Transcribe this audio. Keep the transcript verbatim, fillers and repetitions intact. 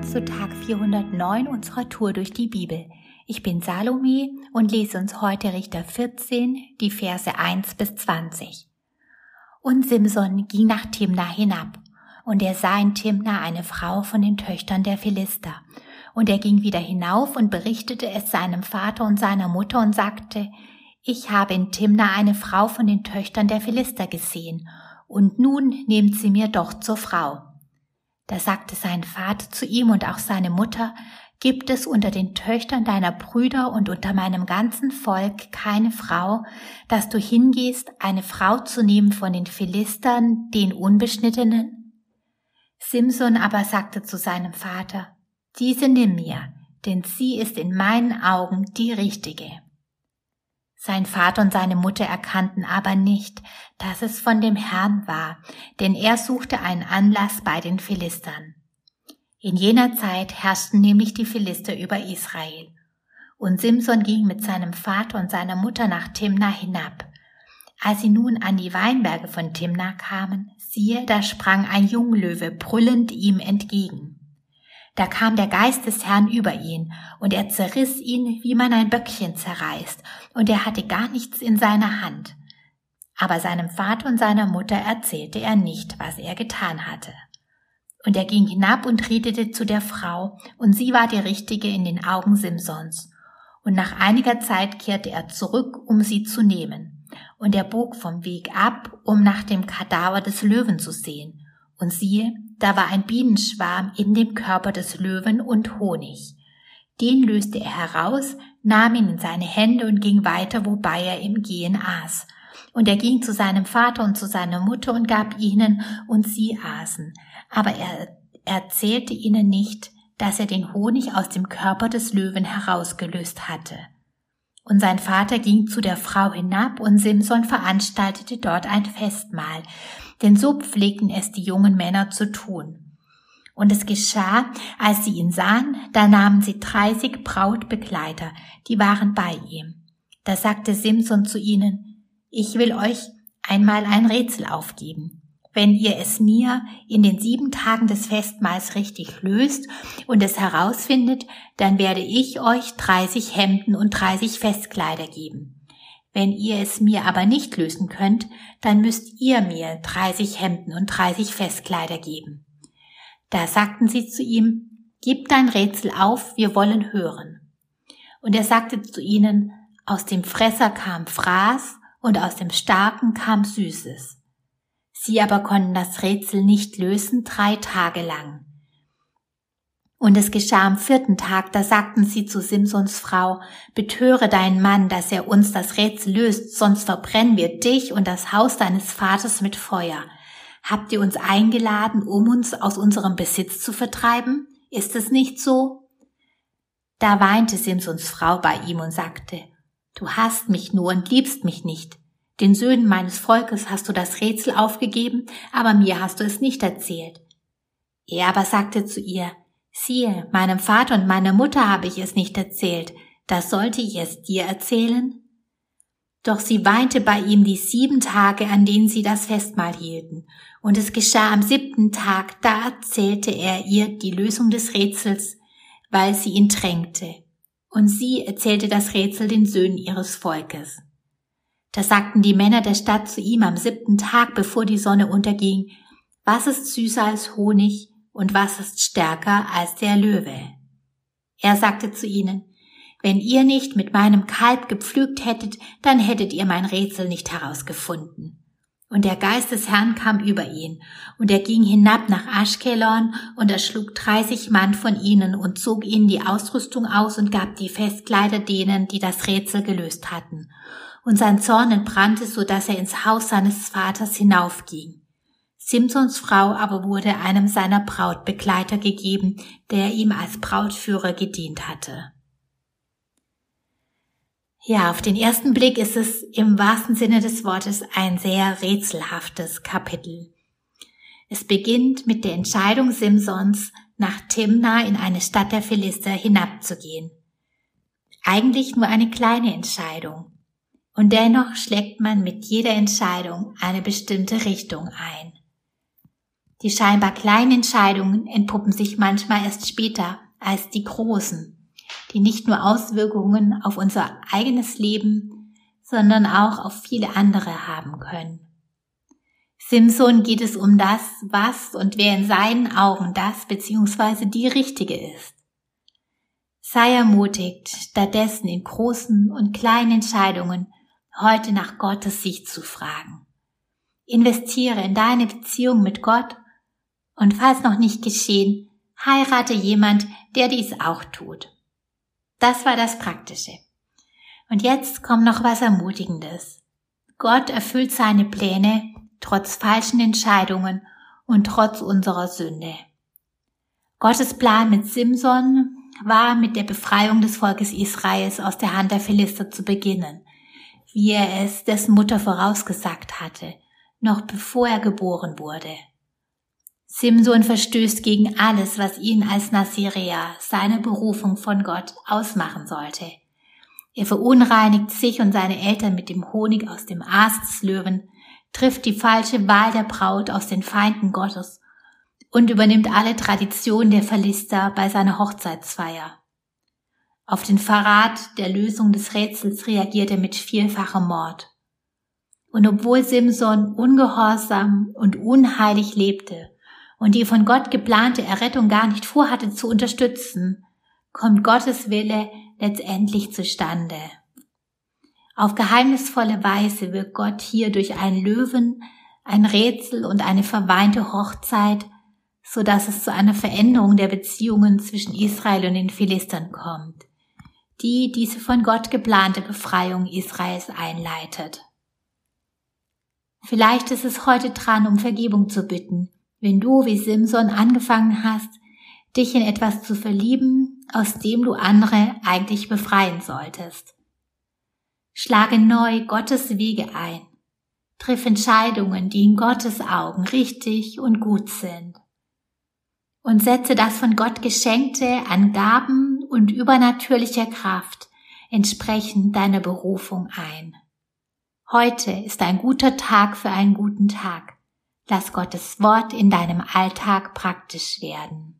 zu Tag vierhundertneun unserer Tour durch die Bibel. Ich bin Salome und lese uns heute Richter vierzehn, die Verse eins bis zwanzig. Und Simson ging nach Timna hinab, und er sah in Timna eine Frau von den Töchtern der Philister. Und er ging wieder hinauf und berichtete es seinem Vater und seiner Mutter und sagte, ich habe in Timna eine Frau von den Töchtern der Philister gesehen, und nun nehmt sie mir doch zur Frau. Da sagte sein Vater zu ihm und auch seine Mutter, gibt es unter den Töchtern deiner Brüder und unter meinem ganzen Volk keine Frau, dass du hingehst, eine Frau zu nehmen von den Philistern, den Unbeschnittenen? Simson aber sagte zu seinem Vater, diese nimm mir, denn sie ist in meinen Augen die richtige. Sein Vater und seine Mutter erkannten aber nicht, dass es von dem Herrn war, denn er suchte einen Anlass bei den Philistern. In jener Zeit herrschten nämlich die Philister über Israel. Und Simson ging mit seinem Vater und seiner Mutter nach Timna hinab. Als sie nun an die Weinberge von Timna kamen, siehe, da sprang ein Junglöwe brüllend ihm entgegen. Da kam der Geist des Herrn über ihn, und er zerriss ihn, wie man ein Böckchen zerreißt, und er hatte gar nichts in seiner Hand. Aber seinem Vater und seiner Mutter erzählte er nicht, was er getan hatte. Und er ging hinab und redete zu der Frau, und sie war die Richtige in den Augen Simsons. Und nach einiger Zeit kehrte er zurück, um sie zu nehmen. Und er bog vom Weg ab, um nach dem Kadaver des Löwen zu sehen. Und siehe, da war ein Bienenschwarm in dem Körper des Löwen und Honig. Den löste er heraus, nahm ihn in seine Hände und ging weiter, wobei er im Gehen aß. Und er ging zu seinem Vater und zu seiner Mutter und gab ihnen, und sie aßen. Aber er erzählte ihnen nicht, dass er den Honig aus dem Körper des Löwen herausgelöst hatte. Und sein Vater ging zu der Frau hinab, und Simson veranstaltete dort ein Festmahl, denn so pflegten es die jungen Männer zu tun. Und es geschah, als sie ihn sahen, da nahmen sie dreißig Brautbegleiter, die waren bei ihm. Da sagte Simson zu ihnen, ich will euch einmal ein Rätsel aufgeben. Wenn ihr es mir in den sieben Tagen des Festmahls richtig löst und es herausfindet, dann werde ich euch dreißig Hemden und dreißig Festkleider geben. Wenn ihr es mir aber nicht lösen könnt, dann müsst ihr mir dreißig Hemden und dreißig Festkleider geben. Da sagten sie zu ihm, gib dein Rätsel auf, wir wollen hören. Und er sagte zu ihnen, aus dem Fresser kam Fraß und aus dem Starken kam Süßes. Sie aber konnten das Rätsel nicht lösen drei Tage lang. Und es geschah am vierten Tag, da sagten sie zu Simsons Frau, betöre deinen Mann, dass er uns das Rätsel löst, sonst verbrennen wir dich und das Haus deines Vaters mit Feuer. Habt ihr uns eingeladen, um uns aus unserem Besitz zu vertreiben? Ist es nicht so? Da weinte Simsons Frau bei ihm und sagte, du hasst mich nur und liebst mich nicht. Den Söhnen meines Volkes hast du das Rätsel aufgegeben, aber mir hast du es nicht erzählt. Er aber sagte zu ihr, siehe, meinem Vater und meiner Mutter habe ich es nicht erzählt, das sollte ich es dir erzählen? Doch sie weinte bei ihm die sieben Tage, an denen sie das Festmahl hielten. Und es geschah am siebten Tag, da erzählte er ihr die Lösung des Rätsels, weil sie ihn drängte. Und sie erzählte das Rätsel den Söhnen ihres Volkes. Da sagten die Männer der Stadt zu ihm am siebten Tag, bevor die Sonne unterging, was ist süßer als Honig und was ist stärker als der Löwe? Er sagte zu ihnen, wenn ihr nicht mit meinem Kalb gepflügt hättet, dann hättet ihr mein Rätsel nicht herausgefunden. Und der Geist des Herrn kam über ihn, und er ging hinab nach Aschkelon und erschlug dreißig Mann von ihnen und zog ihnen die Ausrüstung aus und gab die Festkleider denen, die das Rätsel gelöst hatten. Und sein Zorn entbrannte, so dass er ins Haus seines Vaters hinaufging. Simsons Frau aber wurde einem seiner Brautbegleiter gegeben, der ihm als Brautführer gedient hatte. Ja, auf den ersten Blick ist es im wahrsten Sinne des Wortes ein sehr rätselhaftes Kapitel. Es beginnt mit der Entscheidung Simsons, nach Timna in eine Stadt der Philister hinabzugehen. Eigentlich nur eine kleine Entscheidung. Und dennoch schlägt man mit jeder Entscheidung eine bestimmte Richtung ein. Die scheinbar kleinen Entscheidungen entpuppen sich manchmal erst später als die großen, die nicht nur Auswirkungen auf unser eigenes Leben, sondern auch auf viele andere haben können. Simson geht es um das, was und wer in seinen Augen das bzw. die Richtige ist. Sei ermutigt, stattdessen in großen und kleinen Entscheidungen heute nach Gottes Sicht zu fragen. Investiere in deine Beziehung mit Gott und falls noch nicht geschehen, heirate jemand, der dies auch tut. Das war das Praktische. Und jetzt kommt noch was Ermutigendes. Gott erfüllt seine Pläne trotz falschen Entscheidungen und trotz unserer Sünde. Gottes Plan mit Simson war, mit der Befreiung des Volkes Israels aus der Hand der Philister zu beginnen, wie er es dessen Mutter vorausgesagt hatte, noch bevor er geboren wurde. Simson verstößt gegen alles, was ihn als Naziräer, seine Berufung von Gott, ausmachen sollte. Er verunreinigt sich und seine Eltern mit dem Honig aus dem Aas des Löwen, trifft die falsche Wahl der Braut aus den Feinden Gottes und übernimmt alle Traditionen der Philister bei seiner Hochzeitsfeier. Auf den Verrat der Lösung des Rätsels reagiert er mit vielfachem Mord. Und obwohl Simson ungehorsam und unheilig lebte und die von Gott geplante Errettung gar nicht vorhatte zu unterstützen, kommt Gottes Wille letztendlich zustande. Auf geheimnisvolle Weise wirkt Gott hier durch einen Löwen, ein Rätsel und eine verweinte Hochzeit, so dass es zu einer Veränderung der Beziehungen zwischen Israel und den Philistern kommt, die diese von Gott geplante Befreiung Israels einleitet. Vielleicht ist es heute dran, um Vergebung zu bitten, wenn du wie Simson angefangen hast, dich in etwas zu verlieben, aus dem du andere eigentlich befreien solltest. Schlage neu Gottes Wege ein. Triff Entscheidungen, die in Gottes Augen richtig und gut sind. Und setze das von Gott Geschenkte an Gaben und übernatürlicher Kraft entsprechend deiner Berufung ein. Heute ist ein guter Tag für einen guten Tag. Lass Gottes Wort in deinem Alltag praktisch werden.